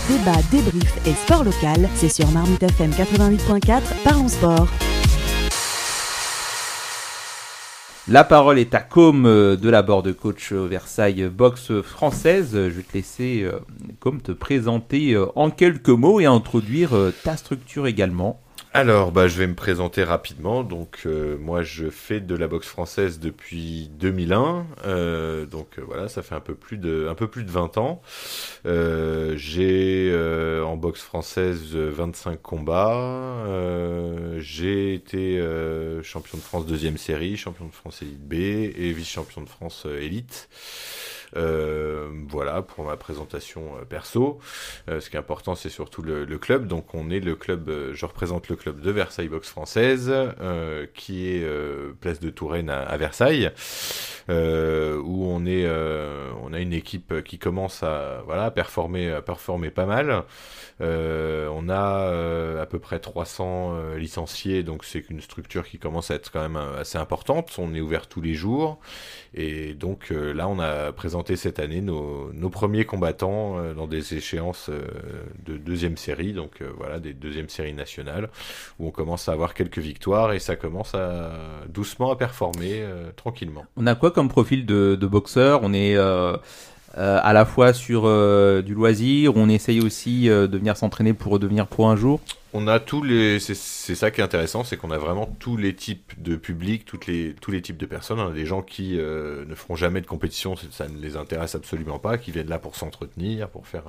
Débat, débrief et sport local, c'est sur Marmite FM 88.4, parlons sport. La parole est à Com de la board coach Versailles Boxe Française. Je vais te laisser, Com, te présenter en quelques mots et introduire ta structure également. Alors, je vais me présenter rapidement. Donc, moi, je fais de la boxe française depuis 2001. Voilà, ça fait un peu plus de 20 ans. J'ai en boxe française 25 combats. J'ai été champion de France deuxième série, champion de France élite B et vice-champion de France élite. Voilà pour ma présentation perso. Ce qui est important, c'est surtout le club. Donc on est le club, je représente le club de Versailles Boxe Française, qui est place de Touraine à Versailles, où on a une équipe qui commence à performer pas mal. On a à peu près 300 licenciés, donc c'est une structure qui commence à être quand même assez importante. On est ouvert tous les jours, et donc là on a présenté cette année nos premiers combattants dans des échéances de deuxième série, donc voilà, des deuxième séries nationales, où on commence à avoir quelques victoires et ça commence doucement à performer tranquillement. On a quoi comme profil de boxeur ? On est à la fois sur du loisir, on essaye aussi de venir s'entraîner pour devenir pro un jour. On a c'est ça qui est intéressant, c'est qu'on a vraiment tous les types de publics, tous les types de personnes. On a des gens qui ne feront jamais de compétition, ça ne les intéresse absolument pas, qui viennent là pour s'entretenir, pour faire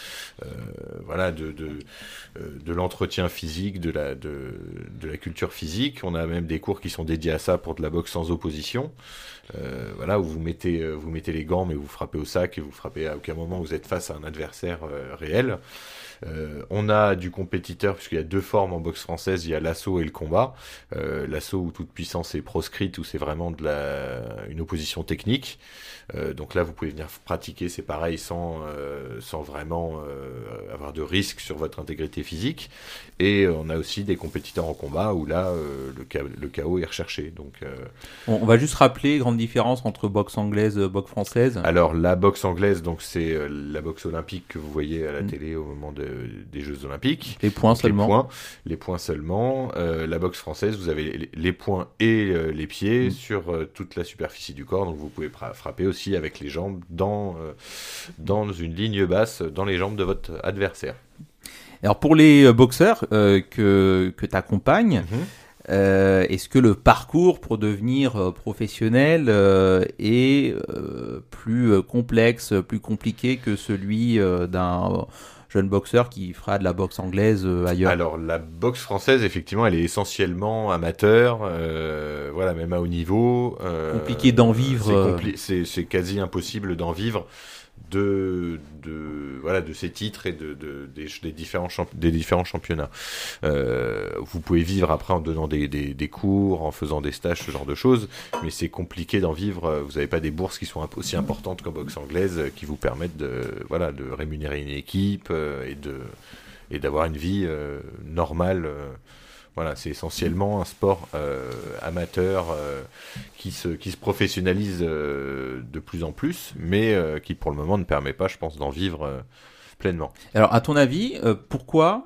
de l'entretien physique, de la culture physique. On a même des cours qui sont dédiés à ça pour de la boxe sans opposition. Où vous mettez les gants, mais vous frappez au sac et vous frappez à aucun moment vous êtes face à un adversaire réel. On a du compétiteur, puisqu'il y a deux formes en boxe française, il y a l'assaut et le combat. L'assaut où toute puissance est proscrite, où c'est vraiment une opposition technique. Donc là, vous pouvez venir pratiquer, c'est pareil, sans vraiment avoir de risque sur votre intégrité physique. Et on a aussi des compétiteurs en combat, où là, le KO est recherché. Donc, on va juste rappeler, grande différence entre boxe anglaise et boxe française. Alors, la boxe anglaise, donc c'est la boxe olympique que vous voyez à la télé au moment des Jeux Olympiques. Les points seulement. Les points seulement. La boxe française, vous avez les poings et les pieds sur toute la superficie du corps. Donc vous pouvez frapper aussi avec les jambes dans une ligne basse dans les jambes de votre adversaire. Alors pour les boxeurs que tu accompagnes, est-ce que le parcours pour devenir professionnel est plus complexe, plus compliqué que celui d'un jeune boxeur qui fera de la boxe anglaise ailleurs? Alors la boxe française, effectivement, elle est essentiellement amateur, même à haut niveau. Compliqué d'en vivre. C'est quasi impossible d'en vivre de ces titres et des différents championnats. Vous pouvez vivre après en donnant des cours, en faisant des stages, ce genre de choses, mais c'est compliqué d'en vivre. Vous n'avez pas des bourses qui sont aussi importantes qu'en boxe anglaise qui vous permettent de rémunérer une équipe et d'avoir une vie normale. C'est essentiellement un sport amateur qui se professionnalise de plus en plus, mais qui pour le moment ne permet pas, je pense, d'en vivre pleinement. Alors, à ton avis, pourquoi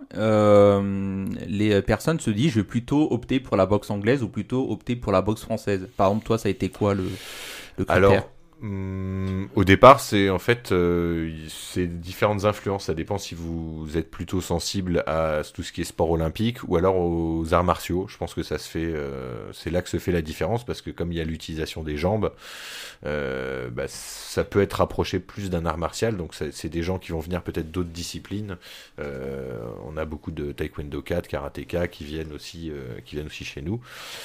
les personnes se disent je vais plutôt opter pour la boxe anglaise ou plutôt opter pour la boxe française ? Par exemple, toi, ça a été quoi le critère ? Alors, au départ, c'est différentes influences. Ça dépend si vous êtes plutôt sensible à tout ce qui est sport olympique ou alors aux arts martiaux. Je pense que ça se fait, c'est là que se fait la différence, parce que comme il y a l'utilisation des jambes, ça peut être rapproché plus d'un art martial. Donc c'est des gens qui vont venir peut-être d'autres disciplines. On a beaucoup de taekwondo 4, karatéka qui viennent aussi chez nous.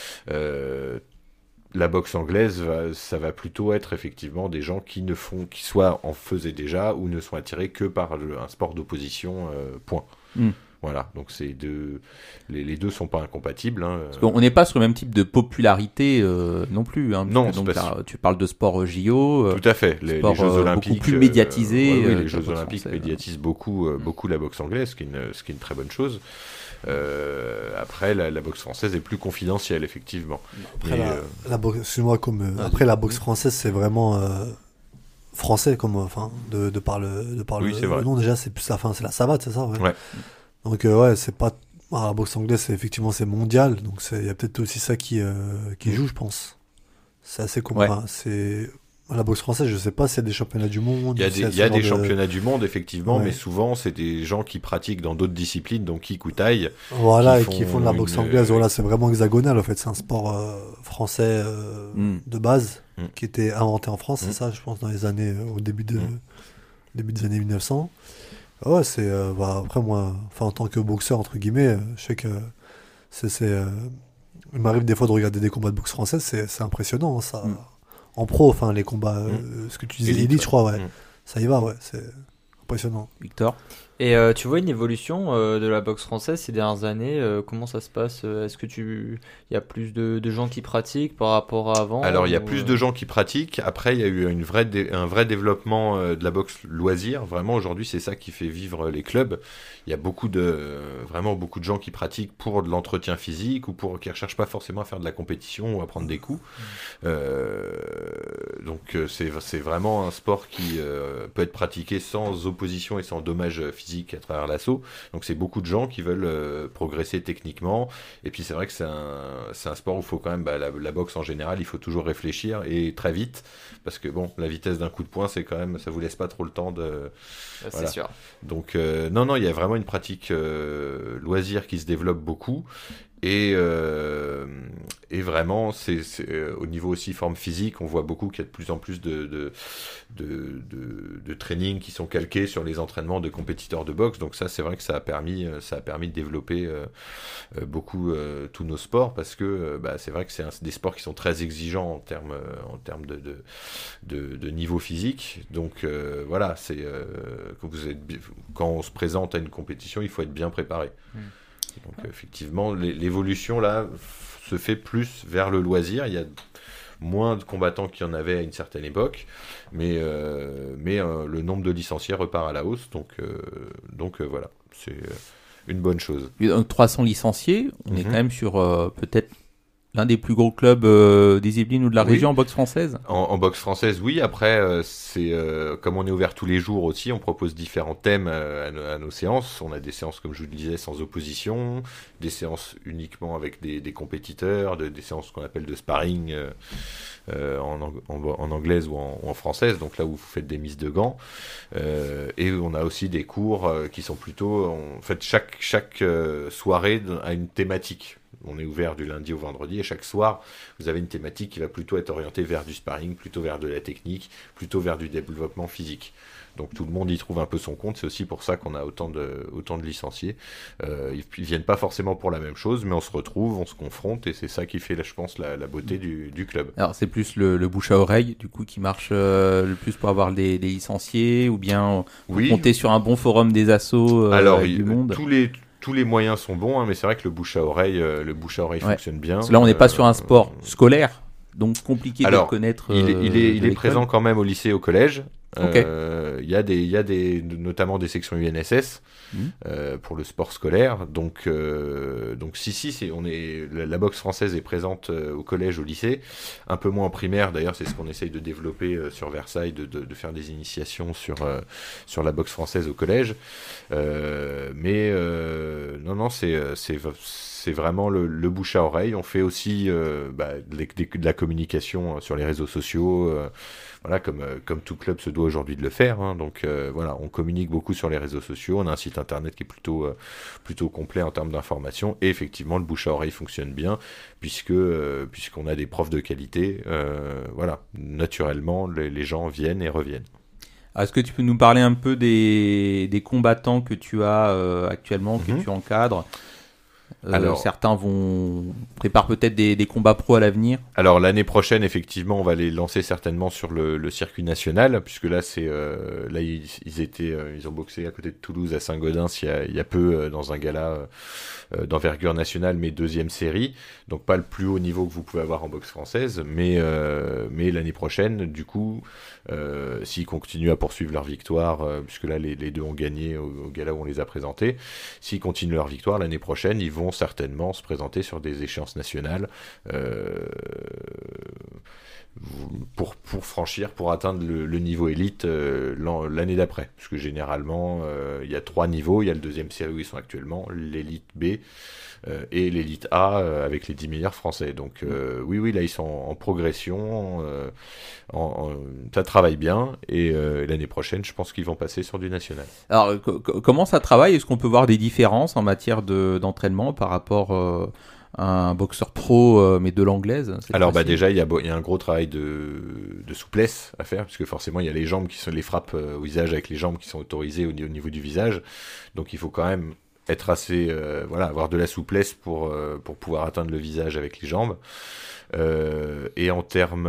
La boxe anglaise, ça va plutôt être effectivement des gens qui soit en faisaient déjà ou ne sont attirés que par un sport d'opposition, point. Voilà, donc les deux sont pas incompatibles. Parce qu'on n'est pas sur le même type de popularité non plus. Non, tu parles de sport JO. Tout à fait. Les Jeux Olympiques beaucoup plus médiatisés. Les Jeux Olympiques médiatisent beaucoup la boxe anglaise, ce qui est une très bonne chose. Après, la boxe française est plus confidentielle, effectivement. Après, la boxe française, c'est vraiment français, comme, de par le nom, déjà, c'est plus c'est la savate, c'est ça, ouais. Donc, c'est pas, la boxe anglaise, c'est mondial, donc il y a peut-être aussi ça qui joue, je pense. C'est assez commun, la boxe française, je sais pas s'il y a des championnats du monde. Il y a des championnats du monde, effectivement, mais souvent, c'est des gens qui pratiquent dans d'autres disciplines, donc kick ou taille. Voilà, et qui font de la boxe anglaise. Voilà, c'est vraiment hexagonal, en fait. C'est un sport français de base qui était inventé en France, c'est ça, je pense, dans les années, au début des années 1900. Ouais, c'est. Après, moi, en tant que boxeur, entre guillemets, je sais que il m'arrive des fois de regarder des combats de boxe française, c'est impressionnant, hein, ça. En pro, les combats, ce que tu disais, élite, je crois, ça y va, c'est impressionnant. Victor. Et tu vois une évolution de la boxe française ces dernières années, comment ça se passe? Est-ce que il y a plus de gens qui pratiquent par rapport à avant? Alors il y a plus de gens qui pratiquent. Après il y a eu un vrai développement de la boxe loisir. Vraiment aujourd'hui c'est ça qui fait vivre les clubs. Il y a vraiment beaucoup de gens qui pratiquent pour de l'entretien physique ou qui ne recherchent pas forcément à faire de la compétition ou à prendre des coups. Donc c'est vraiment un sport qui peut être pratiqué sans opposition et sans dommage physique à travers l'assaut. Donc c'est beaucoup de gens qui veulent progresser techniquement. Et puis c'est vrai que c'est un sport où il faut quand même, la boxe en général, il faut toujours réfléchir et très vite. Parce que la vitesse d'un coup de poing, c'est quand même, ça vous laisse pas trop le temps de... C'est sûr. Donc non, il y a vraiment une pratique loisir qui se développe beaucoup. Et vraiment, c'est au niveau aussi forme physique, on voit beaucoup qu'il y a de plus en plus de training qui sont calqués sur les entraînements de compétiteurs de boxe. Donc ça, c'est vrai que ça a permis de développer beaucoup tous nos sports, parce que c'est vrai que c'est des sports qui sont très exigeants en termes de niveau physique. Donc voilà, quand on se présente à une compétition, il faut être bien préparé. Donc effectivement, l'évolution là se fait plus vers le loisir. Il y a moins de combattants qu'il y en avait à une certaine époque, mais le nombre de licenciés repart à la hausse. Donc voilà, c'est une bonne chose. 300 licenciés, on est quand même sur peut-être l'un des plus gros clubs des Yvelines ou de la région en boxe française. En boxe française, oui. Après, comme on est ouvert tous les jours aussi, on propose différents thèmes à nos séances. On a des séances, comme je vous le disais, sans opposition, des séances uniquement avec des compétiteurs, des séances qu'on appelle de sparring en anglaise ou en française, donc là où vous faites des mises de gants. Et on a aussi des cours qui sont plutôt... En fait, chaque soirée a une thématique. On est ouvert du lundi au vendredi et chaque soir, vous avez une thématique qui va plutôt être orientée vers du sparring, plutôt vers de la technique, plutôt vers du développement physique. Donc tout le monde y trouve un peu son compte. C'est aussi pour ça qu'on a autant de licenciés. Ils viennent pas forcément pour la même chose, mais on se retrouve, on se confronte, et c'est ça qui fait, je pense, la beauté du club. Alors c'est plus le bouche à oreille, du coup, qui marche le plus pour avoir des licenciés, ou bien compter sur un bon forum des assos du monde. Tous les moyens sont bons, mais c'est vrai que le bouche à oreille fonctionne bien. Parce que là, on n'est pas sur un sport scolaire, donc compliqué de connaître. Il est présent quand même au lycée et au collège. Il y a notamment des sections UNSS pour le sport scolaire. Donc la boxe française est présente au collège, au lycée, un peu moins en primaire. D'ailleurs, c'est ce qu'on essaye de développer sur Versailles, de faire des initiations sur la boxe française au collège. C'est vraiment le bouche à oreille. On fait aussi de la communication sur les réseaux sociaux, comme tout club se doit aujourd'hui de le faire. Donc on communique beaucoup sur les réseaux sociaux. On a un site internet qui est plutôt complet en termes d'information. Et effectivement, le bouche à oreille fonctionne bien, puisqu'on a des profs de qualité. Naturellement, les gens viennent et reviennent. Est-ce que tu peux nous parler un peu des combattants que tu as actuellement, que tu encadres? Alors, certains préparent peut-être des combats pro à l'avenir. Alors l'année prochaine, effectivement, on va les lancer certainement sur le circuit national, puisque là ils ont boxé à côté de Toulouse, à Saint-Gaudens, il y a peu, dans un gala d'envergure nationale, mais deuxième série, donc pas le plus haut niveau que vous pouvez avoir en boxe française, mais l'année prochaine, du coup, s'ils continuent à poursuivre leur victoire, puisque là les deux ont gagné au gala où on les a présentés, s'ils continuent leur victoire l'année prochaine, ils vont certainement se présenter sur des échéances nationales. pour franchir, pour atteindre le niveau élite l'année d'après. Parce que généralement, il y a 3 niveaux. Il y a le deuxième série où ils sont actuellement, l'élite B et l'élite A avec les 10 meilleurs français. Donc oui, là ils sont en progression, ça travaille bien et l'année prochaine, je pense qu'ils vont passer sur du national. Alors comment ça travaille? Est-ce qu'on peut voir des différences en matière d'entraînement par rapport un boxeur pro mais de l'anglaise? Alors déjà il y a un gros travail de souplesse à faire, puisque forcément il y a les jambes qui sont les frappes au visage avec les jambes qui sont autorisées au niveau du visage, donc il faut quand même être assez avoir de la souplesse pour pouvoir atteindre le visage avec les jambes. Et en termes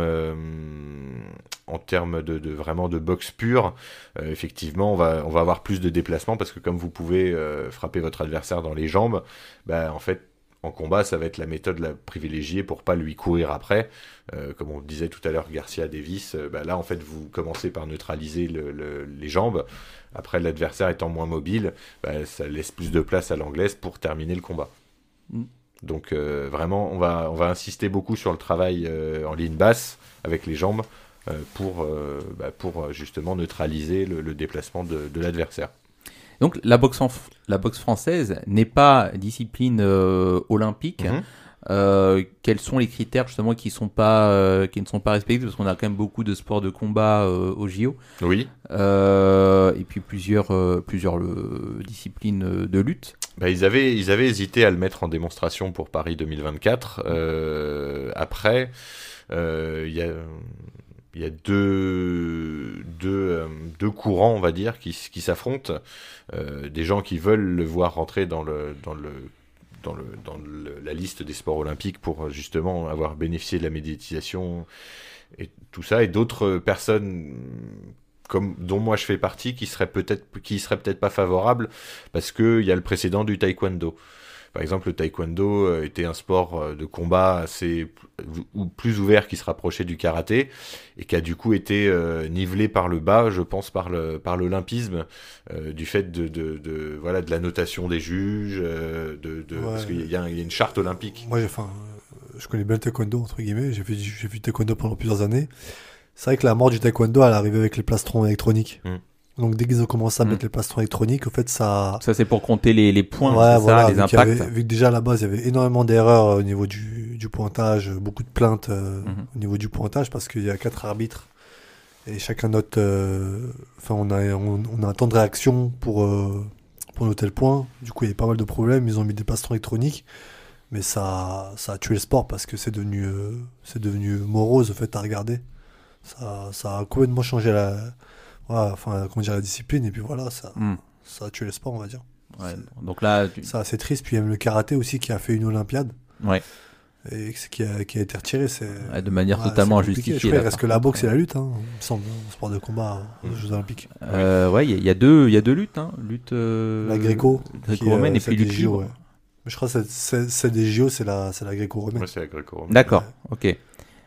de vraiment de boxe pure, effectivement on va avoir plus de déplacements, parce que comme vous pouvez frapper votre adversaire dans les jambes, en fait en combat, ça va être la méthode la privilégiée pour pas lui courir après. Comme on disait tout à l'heure, Garcia Davis, là en fait vous commencez par neutraliser les jambes. Après, l'adversaire étant moins mobile, ça laisse plus de place à l'anglaise pour terminer le combat. Donc vraiment, on va insister beaucoup sur le travail en ligne basse avec les jambes pour justement neutraliser le déplacement de l'adversaire. Donc la boxe française n'est pas discipline olympique. Quels sont les critères justement qui ne sont pas respectés, parce qu'on a quand même beaucoup de sports de combat au JO. Oui. Et puis plusieurs disciplines de lutte. Ils avaient hésité à le mettre en démonstration pour Paris 2024. Après, il y a deux courants, on va dire, qui s'affrontent. Des gens qui veulent le voir rentrer dans la liste des sports olympiques pour justement avoir bénéficié de la médiatisation et tout ça, et d'autres personnes dont moi je fais partie qui seraient peut-être pas favorables, parce qu'il y a le précédent du taekwondo. Par exemple, le taekwondo était un sport de combat assez plus ouvert, qui se rapprochait du karaté, et qui a du coup été nivelé par le bas, je pense, par l'olympisme, du fait de la notation des juges, parce qu'il y a une charte olympique. Moi, je connais bien le taekwondo, entre guillemets. J'ai fait du taekwondo pendant plusieurs années. C'est vrai que la mort du taekwondo, elle est arrivée avec les plastrons électroniques. Donc dès qu'ils ont commencé à mettre les plastrons électroniques, au fait ça c'est pour compter les points, les impacts. Vu que déjà à la base il y avait énormément d'erreurs au niveau du pointage, beaucoup de plaintes au niveau du pointage, parce qu'il y a 4 arbitres et chacun note. On a un temps de réaction pour noter le point. Du coup il y avait pas mal de problèmes. Ils ont mis des plastrons électroniques, mais ça a tué le sport, parce que c'est devenu morose au fait à regarder. Ça a complètement changé la discipline, et puis voilà, ça a tué le sport, on va dire. Ouais, donc là, c'est assez triste. Puis il y a le karaté aussi qui a fait une Olympiade. Ouais. Et qui a été retiré. De manière totalement injustifiée. Je crois qu'il reste que la boxe et la lutte, il me semble, sport de combat aux Jeux Olympiques. Il y a deux luttes. Lutte, la gréco-romaine et puis lutte libre. Ouais. Mais je crois que c'est des JO, c'est la gréco-romaine. Ouais, c'est la gréco-romaine. D'accord, ok.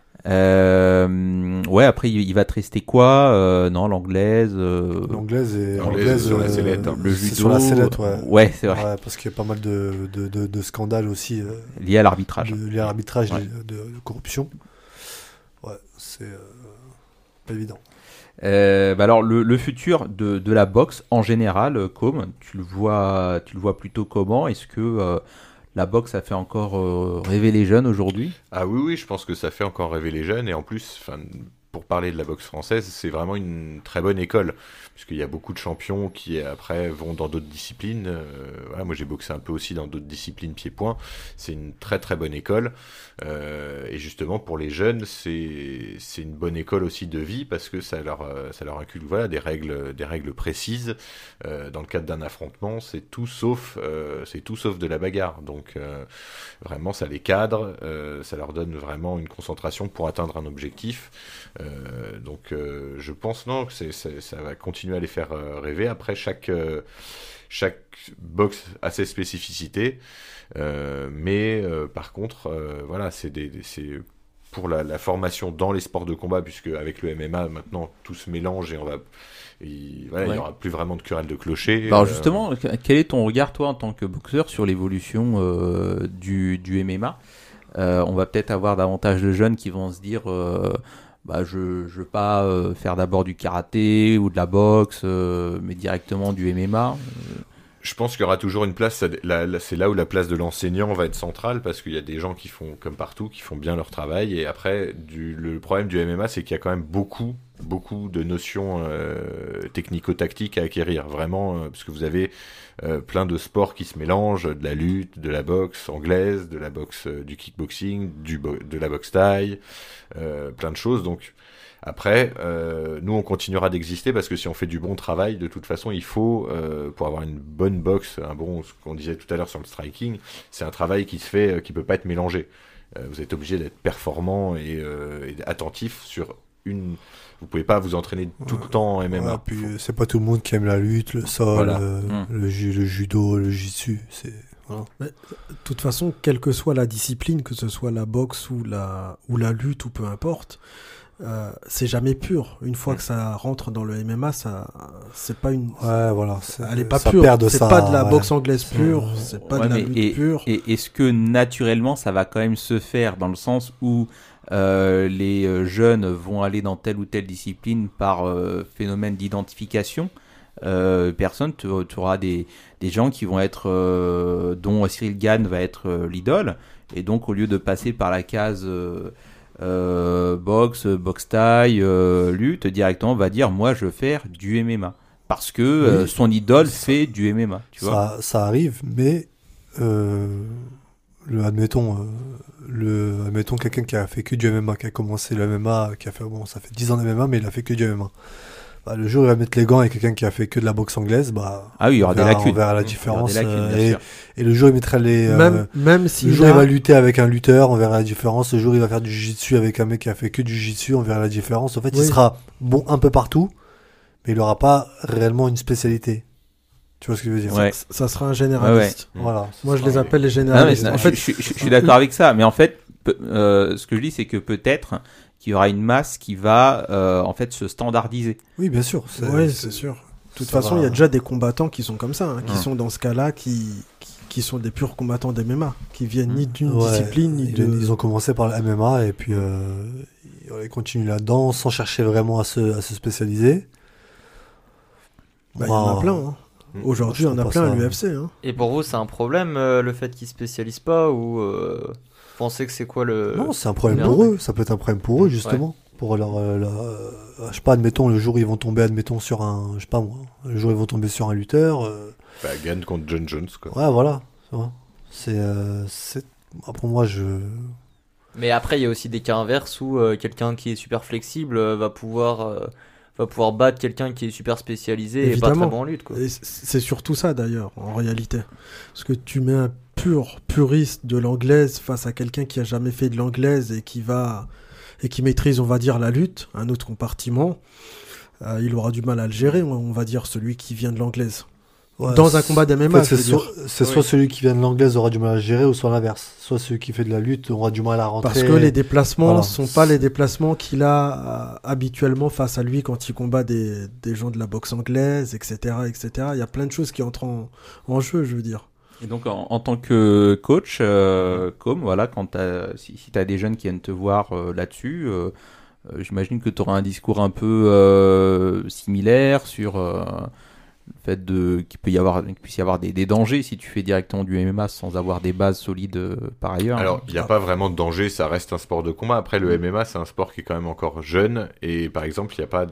Après il va te rester quoi? L'anglaise. L'anglaise sur la sellette. Le judo. Sur la sellette, ouais. Ouais, c'est vrai. Ouais, parce qu'il y a pas mal de scandales aussi. Liés à l'arbitrage. Liés à l'arbitrage, de corruption. Ouais, c'est pas évident. Alors le futur de la boxe en général, tu le vois plutôt comment? Est-ce que la boxe, ça fait encore rêver les jeunes aujourd'hui? Ah oui, je pense que ça fait encore rêver les jeunes. Et en plus, pour parler de la boxe française, c'est vraiment une très bonne école, puisqu'il y a beaucoup de champions qui après vont dans d'autres disciplines. Moi j'ai boxé un peu aussi dans d'autres disciplines pied-point. C'est une très très bonne école. Et justement pour les jeunes, c'est une bonne école aussi de vie, parce que ça leur inculque des règles précises. Dans le cadre d'un affrontement, c'est tout sauf de la bagarre. Donc vraiment ça les cadre, ça leur donne vraiment une concentration pour atteindre un objectif. Donc je pense que ça va continuer à les faire rêver. Après, chaque boxe a ses spécificités, mais par contre c'est pour la formation dans les sports de combat, puisque avec le MMA maintenant tout se mélange et il n'y aura plus vraiment de querelle de clocher. Alors justement, quel est ton regard, toi, en tant que boxeur, sur l'évolution du MMA? On va peut-être avoir davantage de jeunes qui vont se dire je veux pas faire d'abord du karaté ou de la boxe, mais directement du MMA. Je pense qu'il y aura toujours une place, c'est là où la place de l'enseignant va être centrale, parce qu'il y a des gens qui font, comme partout, qui font bien leur travail, et après, le problème du MMA, c'est qu'il y a quand même beaucoup de notions technico-tactiques à acquérir, vraiment, parce que vous avez plein de sports qui se mélangent, de la lutte, de la boxe anglaise, de la boxe du kickboxing, de la boxe thaï, plein de choses, donc... Après, nous on continuera d'exister parce que si on fait du bon travail, de toute façon il faut, pour avoir une bonne boxe, ce qu'on disait tout à l'heure sur le striking, c'est un travail qui se fait, qui peut pas être mélangé. Vous êtes obligé d'être performant et attentif sur une... Vous pouvez pas vous entraîner tout le temps en MMA. Puis c'est pas tout le monde qui aime la lutte, le sol, le judo, le jiu-jitsu, c'est... Voilà. Mais, de toute façon, quelle que soit la discipline, que ce soit la boxe ou la lutte ou peu importe, c'est jamais pur. Une fois que ça rentre dans le MMA, c'est pas une. Ouais, voilà. Elle est pas pure. C'est pas de la boxe anglaise pure. C'est pas de la lutte pure. Et est-ce que naturellement, ça va quand même se faire dans le sens où les jeunes vont aller dans telle ou telle discipline par phénomène d'identification? Personne, tu auras des gens qui vont être, dont Cyril Gane va être l'idole, et donc au lieu de passer par la case boxe taille, lutte, directement va dire moi je veux faire du MMA parce que son idole fait du MMA, tu vois. Ça arrive, mais admettons quelqu'un qui a fait que du MMA, qui a commencé le MMA, qui a fait ça fait 10 ans de MMA, mais il a fait que du MMA. Le jour où il va mettre les gants avec quelqu'un qui a fait que de la boxe anglaise, il y aura des lacunes. On verra la différence. Et le jour où il mettra même si le jour où il va lutter avec un lutteur, on verra la différence. Le jour où il va faire du jiu-jitsu avec un mec qui a fait que du jiu-jitsu, on verra la différence. En fait, il sera bon un peu partout, mais il n'aura pas réellement une spécialité. Tu vois ce que je veux dire? Ça sera un généraliste. Ouais. Voilà. Moi, je les appelle les généralistes. En fait, je suis d'accord avec ça, mais en fait, ce que je dis, c'est que peut-être qu'il y aura une masse qui va en fait se standardiser. Oui, bien sûr. C'est sûr. De toute façon, il y a déjà des combattants qui sont comme ça, qui sont dans ce cas-là, qui sont des purs combattants d'MMA, qui viennent ni d'une discipline, ni de... Ils ont commencé par le MMA et puis ils continuent là-dedans sans chercher vraiment à se spécialiser. Il y en a plein. Aujourd'hui, il y en a plein à l'UFC. Et pour vous, c'est un problème le fait qu'ils ne spécialisent pas ou pensez que c'est quoi le... Non, c'est un problème pour eux. Ça peut être un problème pour eux, justement. Pour leur je sais pas, admettons, le jour où ils vont tomber, sur un... Je sais pas moi. Le jour où ils vont tomber sur un lutteur... Gane contre John Jones, quoi. Ouais, voilà. C'est... Pour moi, Mais après, il y a aussi des cas inverses où quelqu'un qui est super flexible va pouvoir battre quelqu'un qui est super spécialisé. Évidemment. Et pas très bon en lutte, quoi. Et c'est surtout ça, d'ailleurs, en réalité. Parce que tu mets un puriste de l'anglaise face à quelqu'un qui a jamais fait de l'anglaise et qui maîtrise, on va dire, la lutte, un autre compartiment, il aura du mal à le gérer, on va dire, celui qui vient de l'anglaise. Ouais, dans un combat d'MMA, c'est soit celui qui vient de l'anglaise aura du mal à gérer, ou soit l'inverse. Soit celui qui fait de la lutte aura du mal à rentrer. Parce que les déplacements sont pas les déplacements qu'il a habituellement face à lui quand il combat des gens de la boxe anglaise, etc., etc. Il y a plein de choses qui entrent en jeu, je veux dire. Et donc en tant que coach, si tu as des jeunes qui viennent te voir là-dessus, j'imagine que tu auras un discours un peu similaire sur le fait qu'il puisse y avoir des dangers si tu fais directement du MMA sans avoir des bases solides par ailleurs. Alors, il n'y a pas vraiment de danger, ça reste un sport de combat. Après, le MMA, c'est un sport qui est quand même encore jeune, et par exemple, il n'y a pas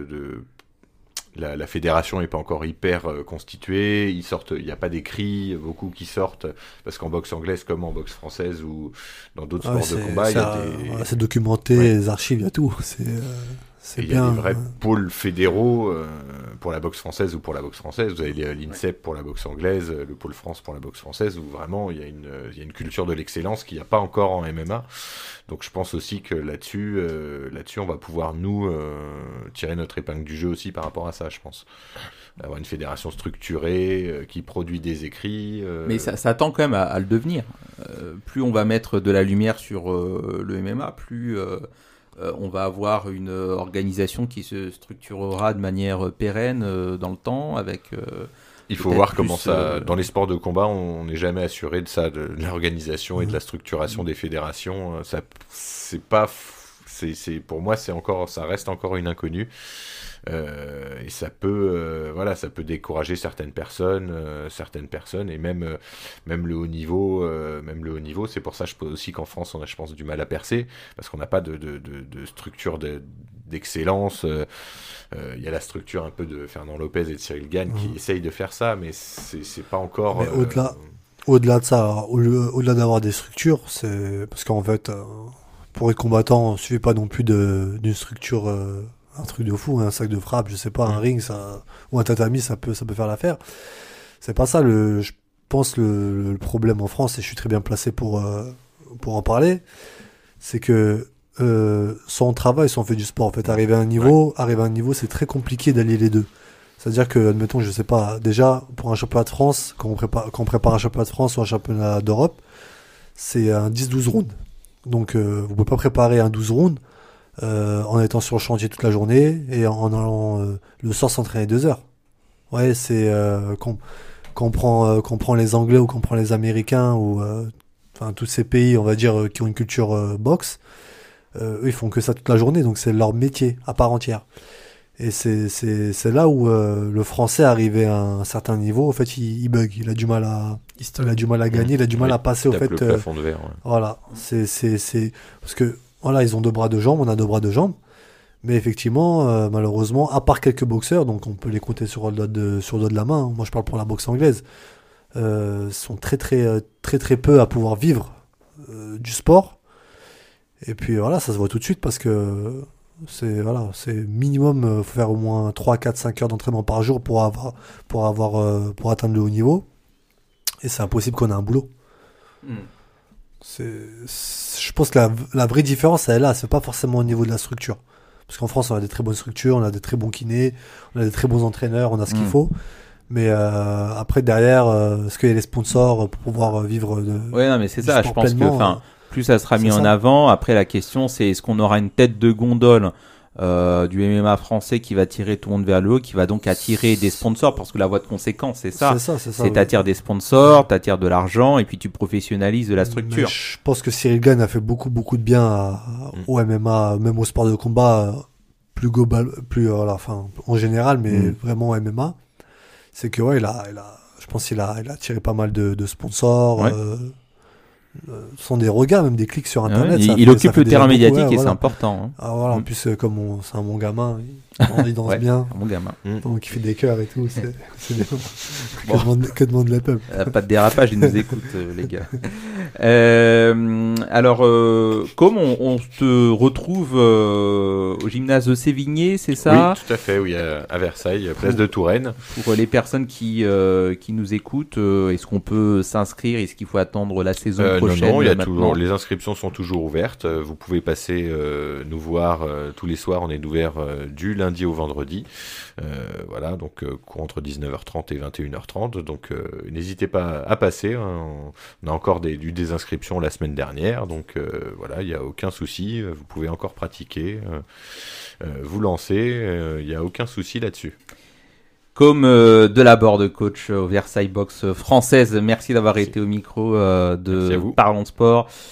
la fédération n'est pas encore hyper constituée, il n'y a pas d'écrits, beaucoup qui sortent, parce qu'en boxe anglaise comme en boxe française ou dans d'autres sports de combat, c'est documenté, les archives, il y a tout. Il y a des vrais pôles fédéraux pour la boxe française ou pour la boxe française. Vous avez l'INSEP pour la boxe anglaise, le pôle France pour la boxe française, où vraiment il y a une culture de l'excellence qu'il n'y a pas encore en MMA. Donc je pense aussi que là-dessus on va pouvoir nous tirer notre épingle du jeu aussi par rapport à ça, je pense. Avoir une fédération structurée qui produit des écrits. Mais ça tend quand même à le devenir. Plus on va mettre de la lumière sur le MMA, plus on va avoir une organisation qui se structurera de manière pérenne dans le temps avec... Il faut voir comment ça... Dans les sports de combat, on n'est jamais assuré de ça, de l'organisation et de la structuration des fédérations. Ça, c'est pas pour moi, ça reste encore une inconnue. Et ça peut décourager certaines personnes, et même le haut niveau, c'est pour ça je pense aussi qu'en France on a, je pense, du mal à percer parce qu'on n'a pas de structure d'excellence. Il y a la structure un peu de Fernand Lopez et de Cyril Gane qui essayent de faire ça, mais c'est pas encore. Mais au-delà de ça, au-delà d'avoir des structures, c'est parce qu'en fait, pour être combattant, il suffit pas non plus d'une structure. Un truc de fou, un sac de frappe, je sais pas, un ring, ou un tatami, ça peut faire l'affaire. C'est pas ça, je pense, le problème en France, et je suis très bien placé pour en parler, c'est que soit on travaille, soit on fait du sport. En fait, arriver à un niveau, c'est très compliqué d'allier les deux. C'est-à-dire que, admettons, je sais pas, déjà, pour un championnat de France, quand on prépare un championnat de France ou un championnat d'Europe, c'est un 10-12 rounds. Donc, vous pouvez pas préparer un 12 rounds en étant sur le chantier toute la journée et en allant le soir s'entraîner 2 heures. Ouais, c'est qu'on prend les Anglais ou qu'on prend les Américains ou tous ces pays, on va dire, qui ont une culture boxe, eux ils font que ça toute la journée, donc c'est leur métier à part entière. Et c'est là où le Français arrivé à un certain niveau, en fait, il bug, il a du mal à gagner, il a du mal à passer au fait. Le plafond de verre. Ouais. Voilà, c'est parce que voilà, ils ont 2 bras, 2 jambes, on a 2 bras, 2 jambes. Mais effectivement, malheureusement, à part quelques boxeurs, donc on peut les compter sur le doigt de la main. Moi, je parle pour la boxe anglaise. Sont très peu à pouvoir vivre du sport. Et puis voilà, ça se voit tout de suite parce que c'est minimum, faut faire au moins 3, 4, 5 heures d'entraînement par jour pour atteindre le haut niveau. Et c'est impossible qu'on ait un boulot. Je pense que la vraie différence, elle est là. C'est pas forcément au niveau de la structure. Parce qu'en France, on a des très bonnes structures, on a des très bons kinés, on a des très bons entraîneurs, on a ce qu'il faut. Mais après, derrière, est-ce qu'il y a les sponsors pour pouvoir vivre Ouais, non, mais c'est ça. Je pense que plus ça sera mis en avant. Après, la question, c'est est-ce qu'on aura une tête de gondole du MMA français qui va tirer tout le monde vers le haut, qui va donc attirer des sponsors, parce que la voie de conséquence, c'est ça. C'est t'attires des sponsors, t'attires de l'argent, et puis tu professionnalises de la structure. Mais je pense que Cyril Gane a fait beaucoup de bien au MMA, même au sport de combat, plus global, en général, mais vraiment au MMA. C'est que je pense qu'il a attiré pas mal de sponsors. Ouais. Sont des regards, même des clics sur internet. Il occupe le terrain médiatique et c'est important. Hein. Ah, voilà, en plus, comme c'est un bon gamin, il danse bien. Un bon gamin. Donc il fait des chœurs et tout. C'est bien. Que demande le peuple. Pas de dérapage, ils nous écoutent, les gars. Alors, comme on te retrouve au gymnase de Sévigné, c'est ça? Oui, tout à fait, oui, à Versailles, place de Touraine. Pour les personnes qui nous écoutent, est-ce qu'on peut s'inscrire? Est-ce qu'il faut attendre la saison prochaine? Non, les inscriptions sont toujours ouvertes. Vous pouvez passer nous voir tous les soirs. On est ouvert du lundi au vendredi. Voilà, donc entre 19h30 et 21h30. Donc n'hésitez pas à passer. Hein. On a encore eu des inscriptions la semaine dernière. Donc voilà, il n'y a aucun souci. Vous pouvez encore pratiquer, vous lancer. Il n'y a aucun souci là-dessus. Comme de la board coach au Versailles Boxe française, merci d'avoir été au micro de Parlons Sport.